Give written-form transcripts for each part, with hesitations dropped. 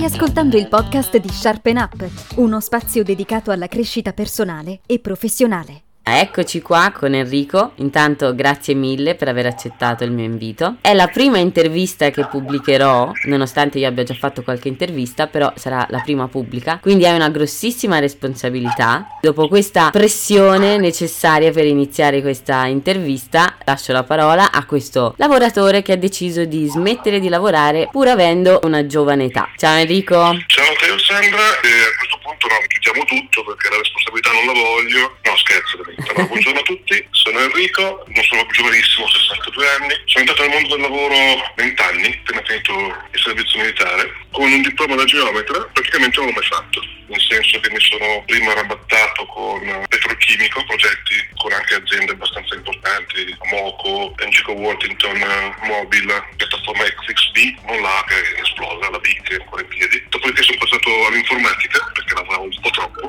Stai ascoltando il podcast di Sharpen Up, uno spazio dedicato alla crescita personale e professionale. Eccoci qua con Enrico, intanto grazie mille per aver accettato il mio invito. È la prima intervista che pubblicherò, nonostante io abbia già fatto qualche intervista, però sarà la prima pubblica, quindi hai una grossissima responsabilità. Dopo questa pressione necessaria per iniziare questa intervista, lascio la parola a questo lavoratore che ha deciso di smettere di lavorare pur avendo una giovane età. Ciao Enrico. Ciao a te Sandra, e a questo punto chiudiamo tutto perché la responsabilità non la voglio. No, scherzo. Allora, buongiorno a tutti, sono Enrico, non sono giovanissimo, ho 62 anni, sono entrato nel mondo del lavoro 20 anni, appena finito il servizio militare, con un diploma da geometra, praticamente non l'ho mai fatto, nel senso che mi sono prima arrabattato con petrochimico, progetti con anche aziende abbastanza importanti, Moco, Engico Worthington, Mobil, piattaforma XXB, non la che è esplosa, la B che è ancora in piedi, dopodiché sono passato all'informatica perché lavoravo un po' troppo.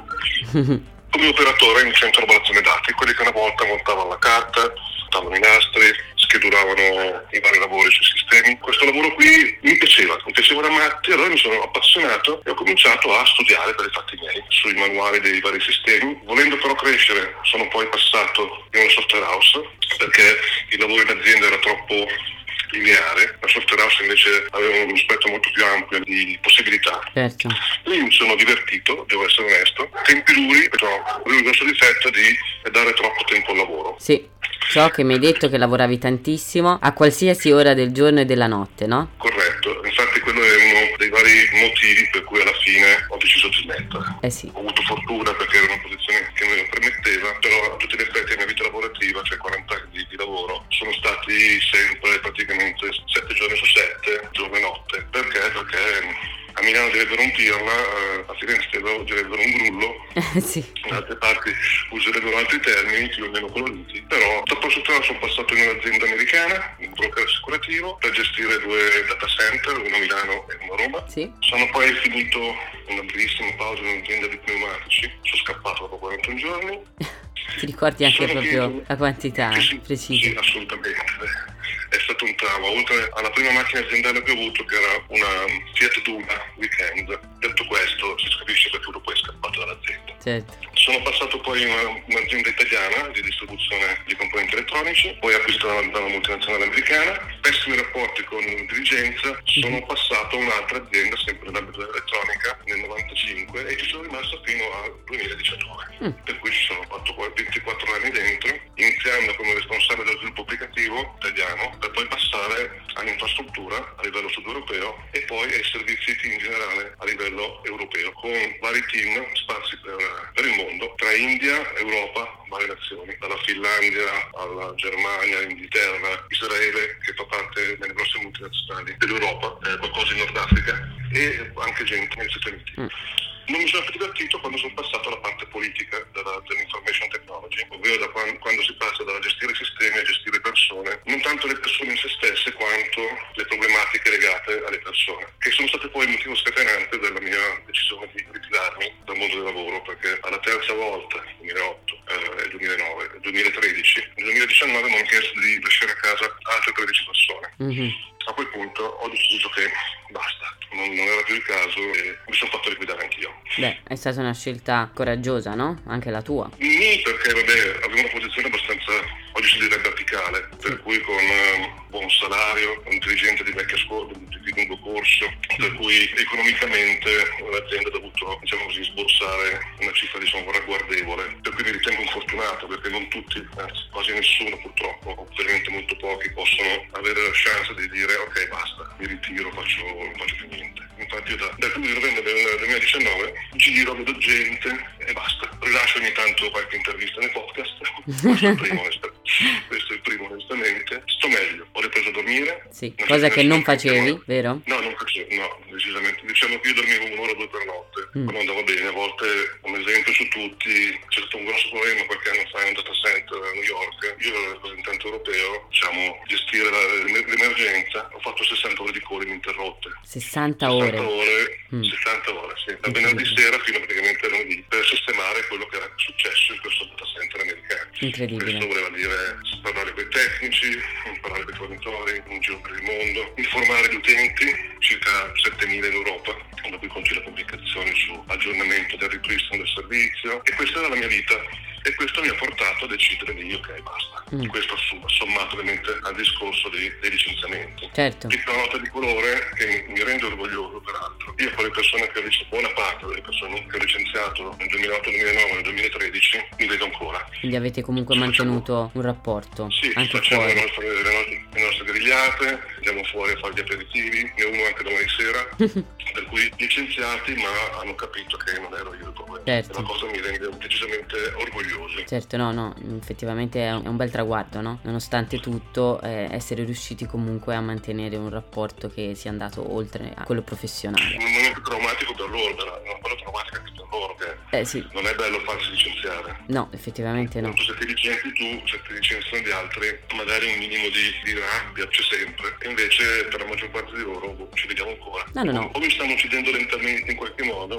Come operatore in centro lavorazione dati, quelli che una volta montavano la carta, montavano i nastri, schedulavano i vari lavori sui sistemi. Questo lavoro qui mi piaceva da matti, allora mi sono appassionato e ho cominciato a studiare per i fatti miei sui manuali dei vari sistemi. Volendo però crescere, sono poi passato in una software house perché il lavoro in azienda era troppo lineare, la software house invece aveva uno spettro molto più ampio di possibilità. Certo. Lì mi sono divertito, devo essere onesto, tempi duri, però avevo il grosso difetto di dare troppo tempo al lavoro. Sì, so che mi hai detto che lavoravi tantissimo a qualsiasi ora del giorno e della notte, no? Corretto, infatti quello è uno dei vari motivi per cui alla fine ho deciso di smettere. Sì. Ho avuto fortuna perché era una posizione che me lo permetteva, però a tutti gli effetti la mia vita lavorativa, cioè 40 anni di lavoro, sono stati sempre praticamente 7 giorni su 7, giorno e notte. Perché? Perché a Milano direbbero un pirla, a Firenze direbbero un grullo, Sì. in altre parti userebbero altri termini più o meno coloriti, però dopo il sottoterra sono passato in un'azienda americana, un broker assicurativo, per gestire 2 data center, uno a Milano e uno a Roma. Sì. Sono poi finito una brevissima pausa in un'azienda di pneumatici, sono scappato dopo 41 giorni. Ti ricordi anche proprio la quantità precisa? Sì, assolutamente. È stato un trauma, oltre alla prima macchina aziendale che ho avuto, che era una Fiat Duna Weekend. Detto questo, si capisce perché tu poi è scappato dall'azienda. Certo. Sono passato poi in un'azienda italiana di distribuzione di componenti elettronici, poi acquisita da una multinazionale americana, pessimi rapporti con la dirigenza, sono passato a un'altra azienda sempre nell'ambito dell'elettronica nel 95 e ci sono rimasto fino al 2019, per cui ci sono fatto 24 anni dentro, iniziando come responsabile dello sviluppo applicativo italiano, per poi passare all'infrastruttura a livello sud-europeo e poi ai servizi in generale a livello europeo, con vari team sparsi per il mondo, tra India, Europa, varie nazioni, dalla Finlandia alla Germania, Inghilterra, Israele, che fa parte delle grosse multinazionali dell'Europa, qualcosa in Nord Africa e anche gente negli Stati Uniti. Non mi sono più divertito quando sono passato alla parte politica dell'information technology, ovvero da quando si passa dalla gestire sistemi a gestire persone, non tanto le persone in se stesse quanto le problematiche legate alle persone, che sono state poi il motivo scatenante della mia decisione di ritirarmi dal mondo del lavoro, perché alla terza volta, 2008, 2009, 2013, nel 2019 mi hanno chiesto di lasciare a casa altre 13 persone. A quel punto ho deciso che basta, non era più il caso e mi sono fatto liquidare anch'io. Beh, è stata una scelta coraggiosa, no? Anche la tua. Perché avevo una posizione abbastanza, oggi si direbbe apicale, per cui con buon salario, un dirigente di vecchia scuola, di lungo corso, per cui economicamente l'azienda ha dovuto, diciamo così, sborsare una cifra ragguardevole, per cui mi ritengo fortunato perché non tutti, anzi quasi nessuno purtroppo, o veramente molto pochi, possono avere la chance di dire ok basta, mi ritiro, non faccio più niente. Infatti io dal 1 novembre del 2019 giro, vedo gente e basta. Rilascio ogni tanto qualche intervista nei podcast. Questo è il primo onestamente. Sto meglio, ho ripreso a dormire. Sì, cosa che non facevi, vero? No, non facevo, no, decisamente. Diciamo che io dormivo 1 ora o 2 per notte, quando andava bene. A volte, un esempio su tutti, c'è stato un grosso problema qualche anno fa in un data center a New York. Io ero il rappresentante europeo, diciamo, gestire l'emergenza. Ho fatto 60 ore di call ininterrotte. 60 ore? 60 ore, sì. Da venerdì sera fino a praticamente lunedì, per sistemare quello che era successo in questo data center americano. Incredibile. Questo voleva dire parlare con i tecnici, parlare con i fornitori, in giro per il mondo, informare gli utenti, circa 7.000 in Europa, per cui continue comunicazioni su aggiornamento del ripristino del servizio, e questa era la mia vita. E questo mi ha portato a decidere di ok, basta. Questo sommato ovviamente al discorso dei licenziamenti. Certo. Piccola nota di colore che mi rende orgoglioso, peraltro. Io con le persone che ho licenziato, buona parte delle persone che ho licenziato nel 2008, 2009, nel 2013, mi vedo ancora. Quindi avete comunque mantenuto un rapporto? Sì, anche facciamo fuori. le nostre grigliate, andiamo fuori a fare gli aperitivi, ne ho uno anche domani sera, per cui licenziati ma hanno capito che non ero io il problema. Certo. La cosa mi rende decisamente orgoglioso. Certo, no, effettivamente è un bel traguardo, no? Nonostante tutto, essere riusciti comunque a mantenere un rapporto che sia andato oltre a quello professionale. Un momento traumatico per loro, una cosa traumatica anche per loro, che sì. non è bello farsi licenziare. No, effettivamente no. Se ti licenzi tu, se ti licenziano gli altri, magari un minimo di rabbia c'è sempre, e invece per la maggior parte di loro ci vediamo ancora. No. O mi stanno uccidendo lentamente in qualche modo,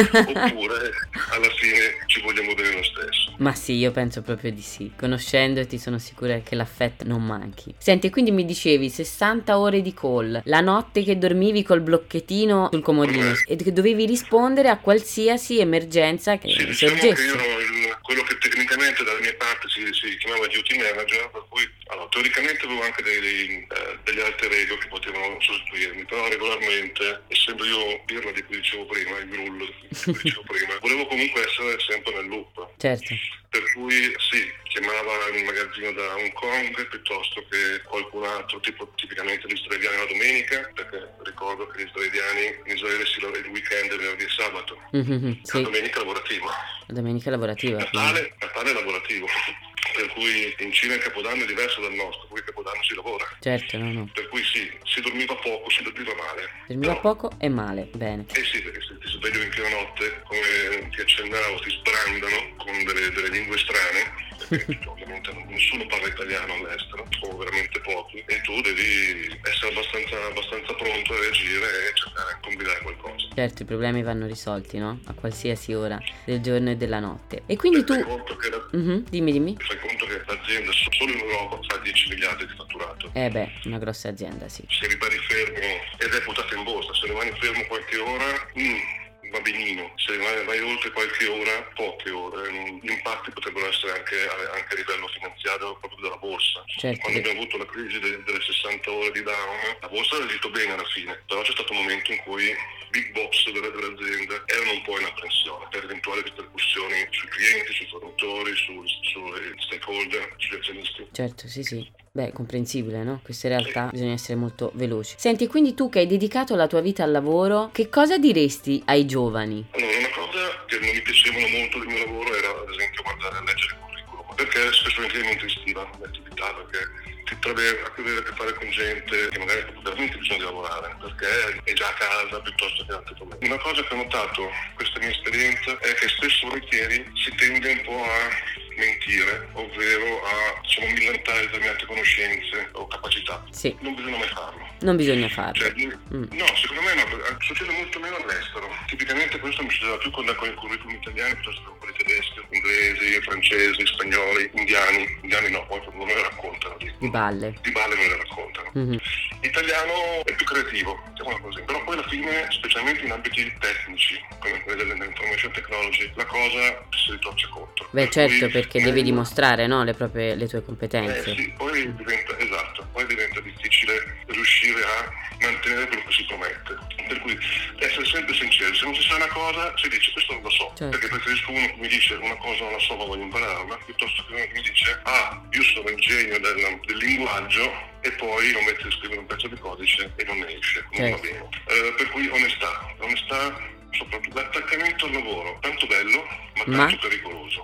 oppure alla fine ci vogliamo bene lo stesso. Ma sì, io penso proprio di sì. Conoscendoti sono sicura che l'affetto non manchi. Senti, quindi mi dicevi 60 ore di call, la notte che dormivi col blocchettino sul comodino e che dovevi rispondere a qualsiasi emergenza che sì, diciamo sorgesse. che io ero quello che tecnicamente dalla mia parte si chiamava duty manager, per cui teoricamente avevo anche degli alter ego che potevano sostituirmi, però regolarmente, essendo io pirla di cui dicevo prima, il grullo di cui dicevo prima, volevo comunque essere sempre nel loop. Certo. Per cui sì, chiamava il magazzino da Hong Kong piuttosto che qualcun altro, tipicamente gli israeliani la domenica, perché ricordo che gli israeliani in Israele il weekend è venerdì e sabato, Sì. la domenica lavorativa. La domenica lavorativa. Natale è lavorativo, per cui in Cina il Capodanno è diverso dal nostro, qui il Capodanno si lavora. Certo, no. Per cui sì, si dormiva poco, si dormiva male. Dormiva poco e male, bene. Sì, perché se ti svegli in piena notte, come ti accennavo, ti sbrandano con delle lingue strane, perché ovviamente nessuno parla italiano all'estero, o veramente pochi, e tu devi essere abbastanza pronto a reagire e cercare di combinare qualcosa. Certo, i problemi vanno risolti, no? A qualsiasi ora del giorno e della notte. E quindi tu... Fai conto che Dimmi. Fai conto che l'azienda solo in Europa fa 10 miliardi di fatturato. Una grossa azienda, sì. Se rimani fermo ed è quotata in borsa, se rimani fermo qualche ora, va benino. Se vai oltre qualche ora, poche ore, gli impatti potrebbero essere anche a livello finanziario proprio della borsa. Certo. Quando abbiamo avuto la crisi delle 60 ore di down, la borsa ha reagito bene alla fine, però c'è stato un momento in cui big box dell'azienda erano un po' in apprensione per eventuali ripercussioni sui clienti, sui fornitori, sui stakeholder, sugli azionisti. Certo, sì. Beh, comprensibile, no? Queste realtà bisogna essere molto veloci. Senti, quindi tu che hai dedicato la tua vita al lavoro, che cosa diresti ai giovani? Allora, una cosa che non mi piacevano molto del mio lavoro era, ad esempio, guardare e leggere il curriculum, perché spesso mi intristiva l'attività, perché ti trovi a che fare con gente che magari ha veramente bisogno di lavorare, perché è già a casa piuttosto che altri problemi. Una cosa che ho notato, questa mia esperienza, è che spesso volentieri si tende un po' a mentire, ovvero a millantare determinate conoscenze o capacità. Sì. Non bisogna mai farlo. Non bisogna farlo. Cioè, no, secondo me no, succede molto meno all'estero. Tipicamente questo mi succedeva più con i curriculum italiani piuttosto che con quelli tedeschi, inglesi, francesi, spagnoli, indiani no, poi non me le raccontano. Di balle me le raccontano. L'italiano è più creativo, diciamo così, però poi alla fine, specialmente in ambiti tecnici, come quelli dell'information technology, la cosa si ritorce contro. Beh, certo, perché devi dimostrare, no, le tue competenze. Sì, poi diventa difficile riuscire a mantenere quello che si promette. Per cui essere sempre sinceri, se non si sa una cosa si dice questo non lo so, certo. Perché preferisco uno che mi dice una cosa non la so ma voglio impararla, piuttosto che uno che mi dice io sono il genio del linguaggio e poi lo mette a scrivere un pezzo di codice e non ne esce, non va bene. Per cui onestà, soprattutto l'attaccamento al lavoro, tanto bello ma tanto pericoloso.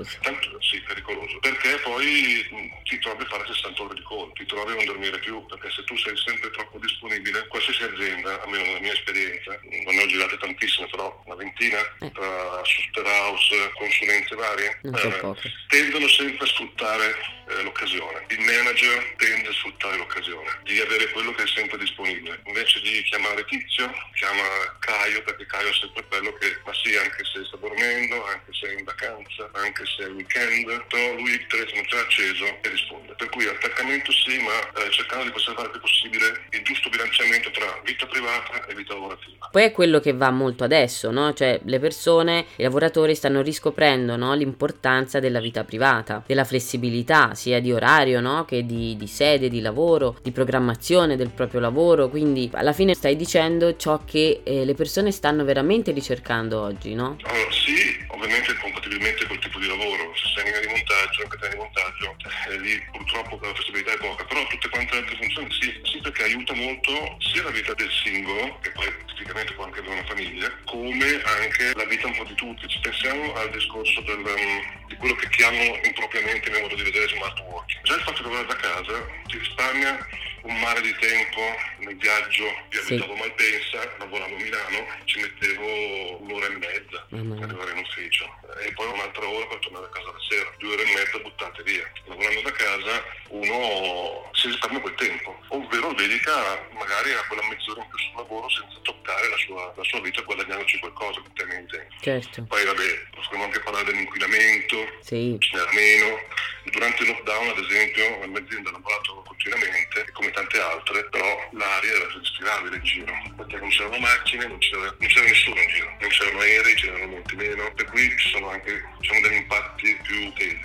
Pericoloso, perché poi ti trovi a fare 60 ore di call, ti trovi a non dormire più, perché se tu sei sempre troppo disponibile, qualsiasi azienda, almeno nella mia esperienza, non ne ho girate tantissime, però una ventina, tra software house, consulenze varie, tendono sempre a sfruttare l'occasione. Il manager tende a sfruttare l'occasione di avere quello che è sempre disponibile. Invece di chiamare Tizio, chiama Caio, perché Caio è sempre quello che, ma sì, anche se sta dormendo, anche se è in vacanza, anche se è weekend, però lui il telefono c'è acceso e risponde. Per cui attaccamento sì, ma cercando di conservare il più possibile il giusto bilanciamento tra vita privata e vita lavorativa. Poi è quello che va molto adesso, no? Cioè le persone, i lavoratori stanno riscoprendo, no, l'importanza della vita privata, della flessibilità, sia di orario, no, che di sede, di lavoro, di programmazione del proprio lavoro. Quindi alla fine stai dicendo ciò che le persone stanno veramente ricercando oggi, no? Allora sì, ovviamente compatibilmente col tipo di lavoro. Se sei in linea di montaggio, anche te di montaggio, lì purtroppo la flessibilità è poca, però tutte quante le altre funzioni sì, perché aiuta molto sia la vita del singolo, che poi tipicamente può anche avere una famiglia, come anche la vita un po' di tutti. Ci pensiamo al discorso di quello che chiamo impropriamente nel modo di vedere smart working. Già il fatto di lavorare da casa ti risparmia un mare di tempo nel viaggio. Io abitavo a Malpensa, lavoravo a Milano, ci mettevo un'ora e mezza per arrivare in ufficio e poi un'altra ora per tornare a casa la sera, 2 ore e mezza buttate via. Lavorando da casa uno si risparmia quel tempo, ovvero dedica magari a quella mezz'ora in più sul lavoro senza toccare la sua vita, guadagnandoci qualcosa in termini di tempo. Certo. Poi vabbè, possiamo anche parlare dell'inquinamento, sì. Ce n'era meno. Durante il lockdown, ad esempio, la mia azienda ha lavorato continuamente, come tante altre, però l'aria era respirabile in giro, perché non c'erano macchine, non c'era nessuno in giro, non c'erano aerei, c'erano molti meno, per cui ci sono anche degli impatti più tesi.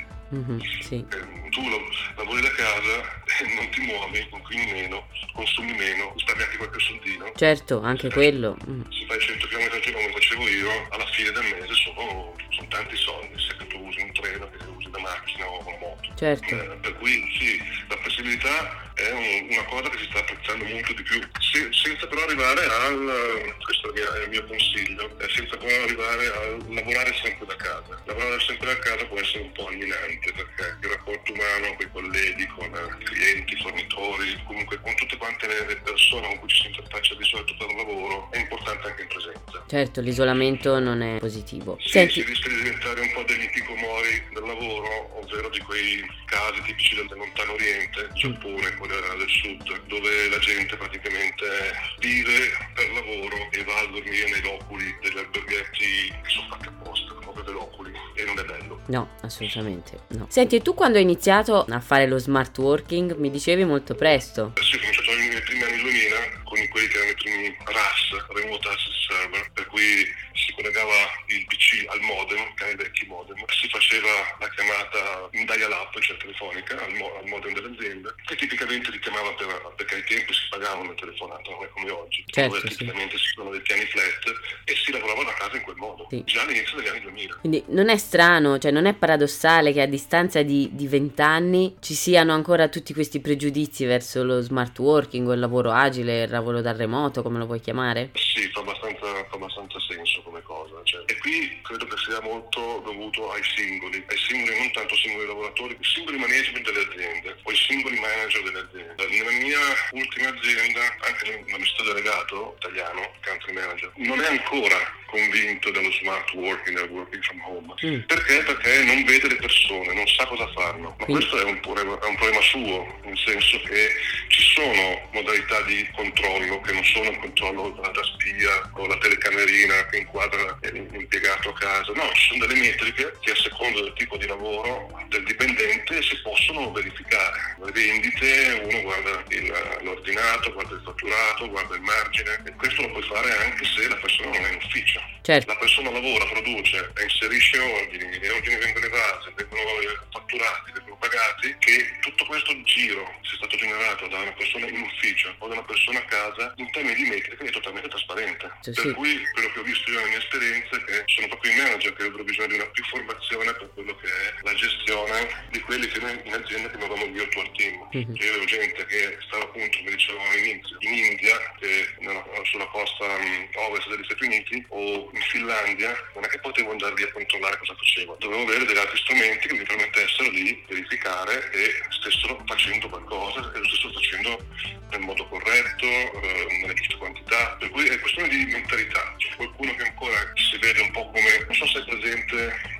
Sì. Tu lavori da casa, non ti muovi, inquini meno, consumi meno, risparmi anche qualche soldino. Certo, anche quello. Se fai 100 km al giorno come facevo io, alla fine del mese sono tanti soldi, se tu usi un treno, che usi una macchina o una moto. Certo. Per cui sì, la flessibilità è una cosa che si sta apprezzando molto di più, senza però arrivare questo è il mio consiglio, senza però arrivare a lavorare sempre da casa. Lavorare sempre da casa può essere un po' alienante, perché il rapporto umano con i colleghi, con clienti, fornitori, comunque con tutte quante le persone con cui ci si interfaccia di solito per un lavoro, è importante anche in presenza. Certo, l'isolamento non è positivo. Sì, Senti... si rischia di diventare un po' degli hikikomori del lavoro, ovvero di quei casi tipici del lontano oriente, Giappone, Corea del Sud, dove la gente praticamente vive per lavoro e va a dormire nei loculi degli alberghetti che sono fatti apposta, proprio dei loculi, e non è bello. No, assolutamente no. Senti, e tu quando hai iniziato a fare lo smart working mi dicevi molto presto? Sì, ho cominciato nei primi anni 2000 con quelli che erano i primi RAS, Remote Access Server, per cui si collegava il PC al modem, che erano i vecchi modem, si faceva la chiamata in dial-up, cioè telefonica, al modem dell'azienda, che tipicamente li chiamava perché ai tempi si pagavano le telefonate, non è come oggi, certo, dove tipicamente si sono dei piani flat e si lavorava da casa in quel modo, già all'inizio degli anni 2000. Quindi non è strano, cioè non è paradossale che a distanza di 20 anni ci siano ancora tutti questi pregiudizi verso lo smart working o il lavoro agile, il lavoro da remoto, come lo vuoi chiamare? Sì, fa abbastanza senso come cosa, cioè. E qui credo che sia molto dovuto ai singoli non tanto singoli lavoratori, i singoli management delle aziende o i singoli manager delle aziende. Nella mia ultima azienda, anche l'amministratore delegato italiano, country manager, non è ancora convinto dello smart working, del working from home. Perché? Perché non vede le persone, non sa cosa fanno. Ma questo è un problema suo, nel senso che ci sono modalità di controllo che non sono il controllo da spia o la telecamerina che inquadra l'impiegato a casa. No, ci sono delle metriche che a seconda del tipo di lavoro del dipendente si possono verificare. Le vendite, uno guarda l'ordinato, guarda il fatturato, guarda il margine, e questo lo puoi fare anche se la persona non è in ufficio. Certo. La persona lavora, produce e inserisce ordini, gli ordini vengono evasi, vengono fatturati, vengono pagati, che tutto questo giro sia stato generato da una persona in ufficio o da una persona a casa in termini di metriche è totalmente trasparente. Sì. Per cui quello che ho visto io nella mia esperienza è che sono proprio i manager che avrebbero bisogno di una più formazione per quello che è la gestione di quelli che noi in azienda chiamavamo virtual team. Io avevo gente che stava appunto, come dicevamo all'inizio, in India, sulla costa ovest degli Stati Uniti, o in Finlandia, non è che potevo andare lì a controllare cosa facevo. Dovevo avere degli altri strumenti che mi permettessero di verificare e stessero facendo qualcosa e lo stessero facendo nel modo corretto, nelle giuste quantità. Per cui è questione di mentalità. C'è qualcuno che ancora si vede un po' come, non so se è presente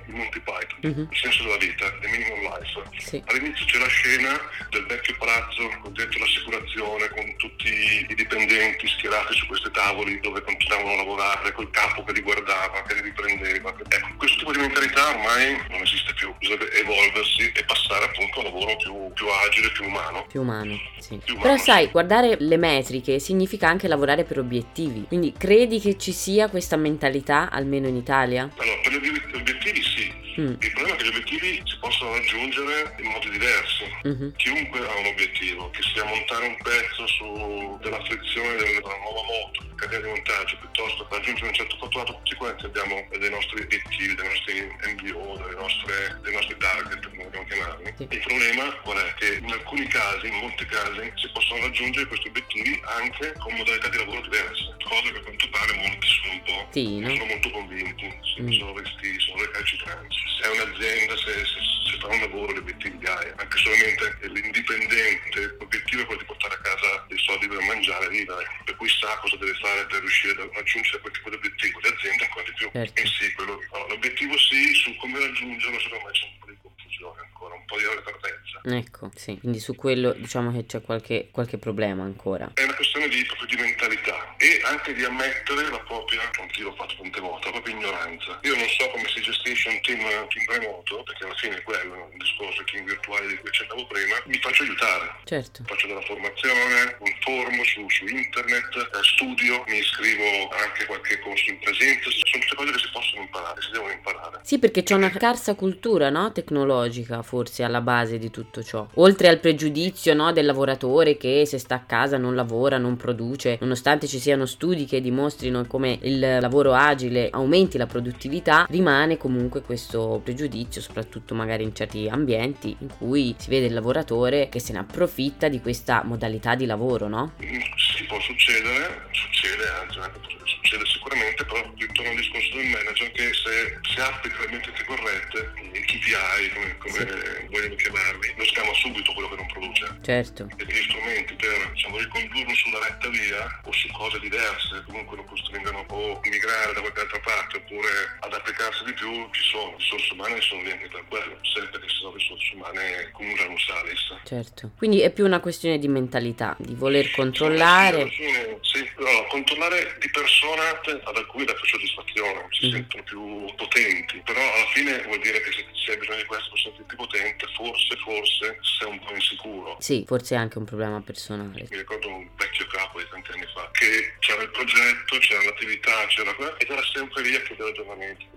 di Monty Python, Il senso della vita, The Meaning of Life. Sì. All'inizio c'è la scena del vecchio palazzo con dentro l'assicurazione, con tutti i dipendenti schierati su questi tavoli dove continuavano a lavorare, col capo che li guardava, che li riprendeva. Ecco, questo tipo di mentalità ormai non esiste più, bisogna evolversi e passare appunto a un lavoro più agile, più umano. Più umano, sì. Più umano, Però sai, sì. guardare le metriche significa anche lavorare per obiettivi. Quindi credi che ci sia questa mentalità, almeno in Italia? Allora, per gli obiettivi sì. Il problema è che gli obiettivi si possono raggiungere in modi diversi. Chiunque ha un obiettivo, che sia montare un pezzo della frizione della nuova moto, catena di montaggio, piuttosto per raggiungere un certo fatturato, tutti quanti abbiamo dei nostri obiettivi, dei nostri MBO, dei nostri target, come vogliamo chiamarli. Sì. Il problema qual è? Che in alcuni casi, in molti casi, si possono raggiungere questi obiettivi anche con modalità di lavoro diverse, cose che a quanto pare molti sono un po', Sì, no? sono molto convinti, sono resti, sono recalcitranti. Se è un'azienda, se fa un lavoro, gli obiettivi li hai, anche solamente l'indipendente, l'obiettivo è quello di portare a casa dei soldi per mangiare e vivere, per cui sa cosa deve fare per riuscire a raggiungere quel tipo di obiettivo, le aziende ancora di più. Certo. E sì, l'obiettivo sì, su come raggiungerlo secondo me c'è un po' di confusione ancora, un po' di arretratezza. Ecco, sì. Quindi su quello diciamo che c'è qualche problema ancora. È una questione proprio di mentalità e anche di ammettere la propria, anch'io l'ho fatto tante volte, la propria ignoranza. Io non so come si gestisce un team remoto, perché alla fine è quello il discorso, il team virtuale di cui accennavo prima, mi faccio aiutare. Certo. Faccio della formazione, informo su internet, studio, mi iscrivo anche a qualche corso in presenza, sono tutte cose che si possono imparare, si devono imparare. Sì, perché c'è una scarsa cultura, no? Tecnologica forse alla base di tutto ciò. Oltre al pregiudizio, no, del lavoratore che se sta a casa non lavora, non produce, nonostante ci siano studi che dimostrino come il lavoro agile aumenti la produttività, rimane comunque questo pregiudizio, soprattutto magari in certi ambienti in cui si vede il lavoratore che se ne approfitta di questa modalità di lavoro, no? Sì, può succedere, anzi succede sicuramente, però ritorno al discorso del manager che se applica le metriche corrette, i KPI come vogliono chiamarli, lo scama subito quello che non produce. Certo. E gli strumenti per ricondurlo sulla retta via o su cose diverse, comunque lo costringano o a migrare da qualche altra parte oppure ad applicarsi di più, ci sono risorse umane, sono lì anche per quello, sempre che sono risorse umane come un ramo salis. Certo. Quindi è più una questione di mentalità, di voler controllare. Sì, controllare di persona ad alcuni dà più soddisfazione, si sentono più potenti, però alla fine vuol dire che se hai bisogno di questo per sentirti potente, forse sei un po' insicuro. Sì, forse è anche un problema personale. Mi ricordo un vecchio capo di tanti anni fa che c'era il progetto, c'era l'attività, ed era sempre lì a chiedere aggiornamenti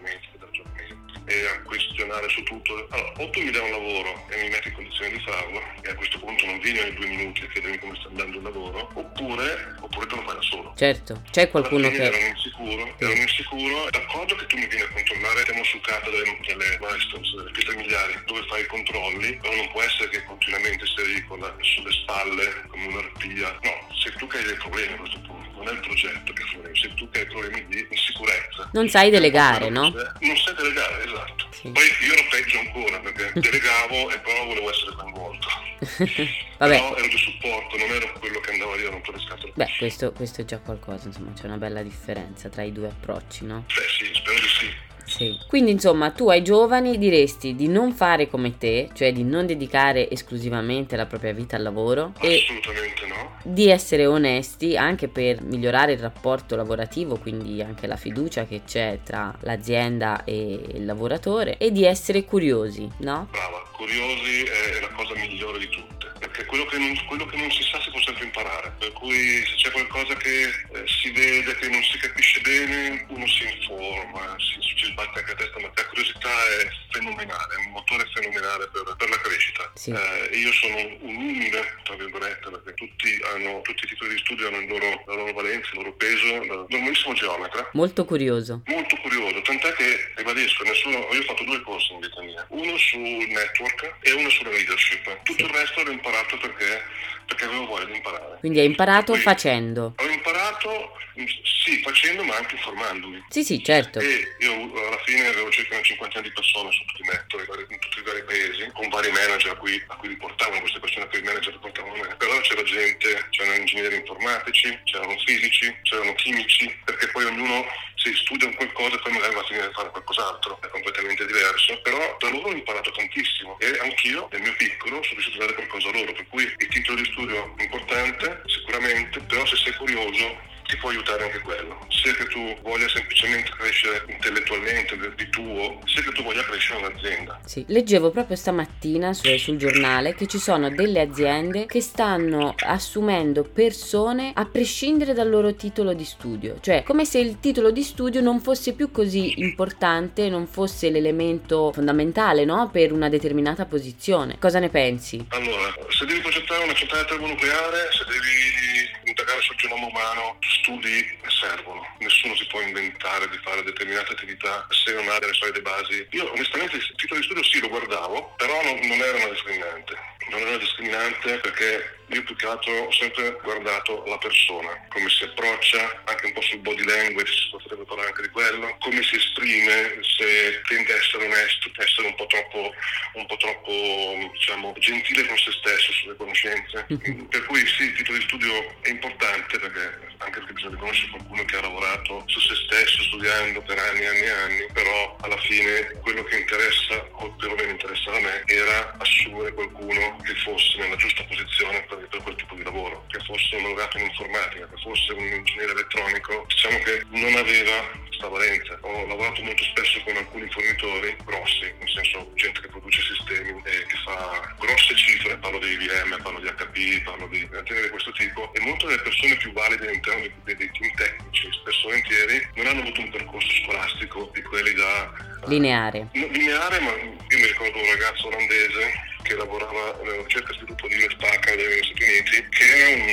e a questionare su tutto. Allora, o tu mi dai un lavoro e mi metti in condizione di farlo, e a questo punto non vieni ogni 2 minuti a chiedermi come sta andando il lavoro, oppure te lo fai da solo. Certo, c'è qualcuno che... Ero insicuro, d'accordo che tu mi vieni a controllare, siamo sul capo delle milestones, delle piste miliari, dove fai i controlli, però non può essere che continuamente sei lì sulle spalle come un'arpia. No, sei tu che hai dei problemi a questo punto, non è il progetto che fa, sei tu che hai problemi di insicurezza. Non sai delegare, no? Non sai delegare, esatto. Sì. Poi io ero peggio ancora, perché delegavo e però volevo essere coinvolto. Vabbè. Però ero di supporto, non ero quello che andava lì a rompere le scatole. Beh, questo è già qualcosa, insomma, c'è una bella differenza tra i due approcci, no? Beh sì, spero di sì. Sì. Quindi insomma tu ai giovani diresti di non fare come te, cioè di non dedicare esclusivamente la propria vita al lavoro Assolutamente no. di essere onesti anche per migliorare il rapporto lavorativo, quindi anche la fiducia che c'è tra l'azienda e il lavoratore, e di essere curiosi, no? Brava, curiosi è la cosa migliore di tutte, perché quello che non si sa si può sempre imparare, per cui se c'è qualcosa che si vede, che non si capisce bene, uno si informa, ci sbatte anche a testa, ma la curiosità è fenomenale, è un motore fenomenale per la crescita. Sì. Io sono un umile, tra virgolette, perché tutti i titoli di studio hanno la loro valenza, il loro peso. Normalissimo geometra. Molto curioso, tant'è che, ribadisco, io ho fatto 2 corsi in vita mia, uno sul network e uno sulla leadership. Tutto il resto l'ho imparato perché avevo voglia di imparare. quindi hai imparato facendo. Ho imparato imparato sì, facendo ma anche informandomi. Sì, certo. E io alla fine avevo circa una cinquantina di persone sotto di me in tutti i vari paesi, con vari manager a cui riportavano queste persone, che i manager riportavano me. Però c'era gente, c'erano ingegneri informatici, c'erano fisici, c'erano chimici, perché poi ognuno si studia un qualcosa e poi magari va a finire a fare qualcos'altro, è completamente diverso. Però da loro ho imparato tantissimo e anch'io, nel mio piccolo, sono riuscito a dare qualcosa a loro, per cui il titolo di studio è importante, sicuramente, però se sei curioso ti può aiutare anche quello, sia che tu voglia semplicemente crescere intellettualmente di tuo, sia che tu voglia crescere un'azienda. Sì, leggevo proprio stamattina sul giornale che ci sono delle aziende che stanno assumendo persone a prescindere dal loro titolo di studio, cioè come se il titolo di studio non fosse più così importante, non fosse l'elemento fondamentale, no? Per una determinata posizione. Cosa ne pensi? Allora, se devi progettare una centrale termonucleare, se devi indagare sul genoma umano, studi servono. Nessuno si può inventare di fare determinate attività se non ha delle solide basi. Io onestamente il titolo di studio sì, lo guardavo, però non era una discriminante. Non era discriminante perché io più che altro ho sempre guardato la persona, come si approccia, anche un po' sul body language, si potrebbe parlare anche di quello, come si esprime, se tende a essere onesto, essere un po' troppo diciamo gentile con se stesso sulle conoscenze. Per cui sì, il titolo di studio è importante anche perché bisogna conoscere qualcuno che ha lavorato su se stesso, studiando per anni e anni, però alla fine quello che interessa, o perlomeno interessava a me, era assumere qualcuno che fosse nella giusta posizione per quel tipo di lavoro, che fosse un laureato in informatica, che fosse un ingegnere elettronico, diciamo che non aveva questa valenza. Ho lavorato molto spesso con alcuni fornitori grossi, nel senso gente che produce sistemi e che fa grosse cifre, parlo di IBM, parlo di HP, parlo di aziende di questo tipo, e molte delle persone più valide all'interno dei team tecnici, spesso volentieri, non hanno avuto un percorso scolastico di quelli da lineare, ma io mi ricordo un ragazzo olandese che lavorava nella ricerca e sviluppo di Hewlett Packard negli Stati Uniti, che era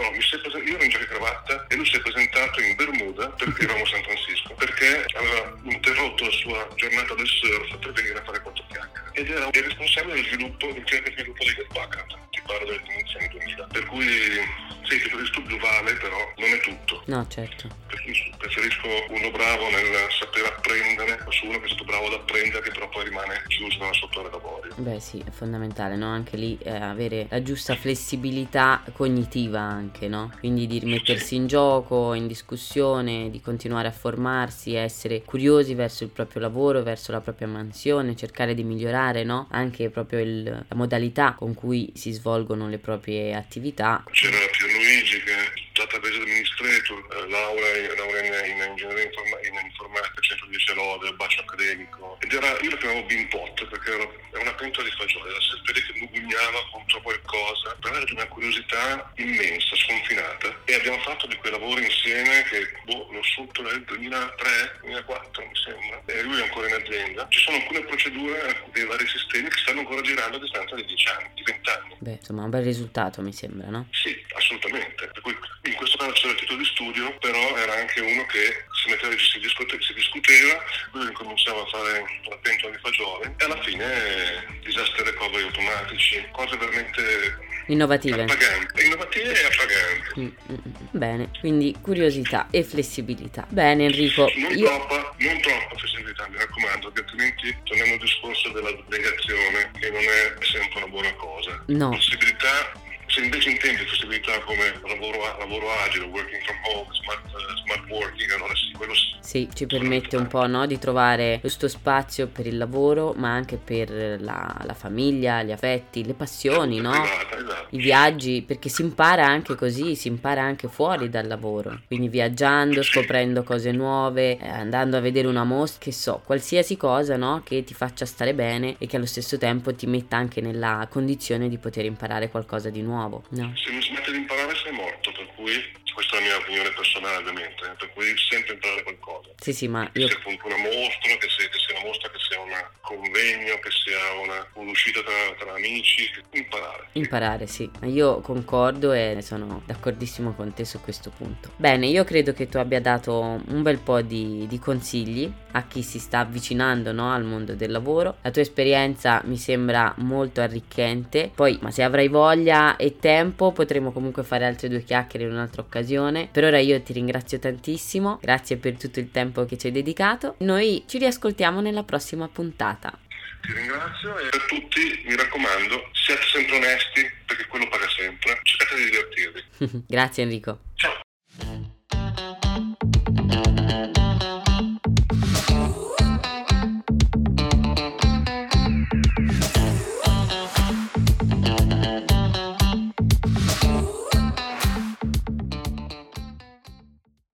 io ero in giacca e cravatta e lui si è presentato in Bermuda perché eravamo a San Francisco, perché aveva interrotto la sua giornata del surf per venire a fare 4 chiacchiere ed era il responsabile del sviluppo, del ricerca e sviluppo di Hewlett Packard, ti parlo delle inizi 2000, per cui sì, il titolo di studio vale, però non è tutto. no, certo. Preferisco uno bravo nel saper apprendere, su uno che è stato bravo ad apprendere, che però poi rimane chiuso nella sua ore d'avorio. Beh sì, è fondamentale, no? Anche lì avere la giusta flessibilità cognitiva anche, no? Quindi di rimettersi in gioco, in discussione, di continuare a formarsi, essere curiosi verso il proprio lavoro, verso la propria mansione, cercare di migliorare, no? Anche proprio la modalità con cui si svolgono le proprie attività. C'era Pierluigi che è database administrator, laurea in ingegneria informatica, 110 lode, bacio accademico, ed io lo chiamavo Beanpot perché era una pentola di fagioli, era sempre lì che mugugnava contro qualcosa, però era di una curiosità immensa, sconfinata, e abbiamo fatto di quei lavori insieme che l'ho assunto nel 2003-2004 mi sembra, e lui è ancora in azienda. Ci sono alcune procedure dei vari sistemi che stanno ancora girando a distanza di 10 anni, di 20 anni. Beh, insomma, un bel risultato mi sembra, no? Sì, assolutamente. Per cui in questo caso c'era il titolo di studio, però era anche uno che si discuteva, lui incominciava a fare la pentola di fagioli e alla fine disaster recovery automatici, cose veramente innovative e appaganti. Bene, quindi curiosità e flessibilità. Bene Enrico, non troppa flessibilità, mi raccomando, perché altrimenti torniamo al discorso della negazione, che non è sempre una buona cosa. No. Flessibilità, se invece intendi flessibilità come lavoro agile, working from home, smart working, allora sì, quello sì. Sì, ci permette un po', no, di trovare questo spazio per il lavoro, ma anche per la famiglia, gli affetti, le passioni, no? Esatto. I viaggi, perché si impara anche così, si impara anche fuori dal lavoro. Quindi viaggiando, scoprendo cose nuove, andando a vedere una mostra, che so, qualsiasi cosa, no, che ti faccia stare bene e che allo stesso tempo ti metta anche nella condizione di poter imparare qualcosa di nuovo, no? Se non smetti di imparare sei morto, per cui questa è la mia opinione personale ovviamente, per cui sempre imparare qualcosa. Sì, ma che sia appunto una mostra, che sia una mostra, che sia un convegno, che sia un'uscita tra amici, imparare, sì, io concordo e sono d'accordissimo con te su questo punto. Bene, io credo che tu abbia dato un bel po' di consigli a chi si sta avvicinando, no, al mondo del lavoro. La tua esperienza mi sembra molto arricchente, poi ma se avrai voglia e tempo potremo comunque fare altre 2 chiacchiere in un'altra occasione, occasione. Per ora io ti ringrazio tantissimo, grazie per tutto il tempo che ci hai dedicato. Noi ci riascoltiamo nella prossima puntata. Ti ringrazio e per tutti mi raccomando, siate sempre onesti perché quello paga sempre, cercate di divertirvi. Grazie Enrico. Ciao.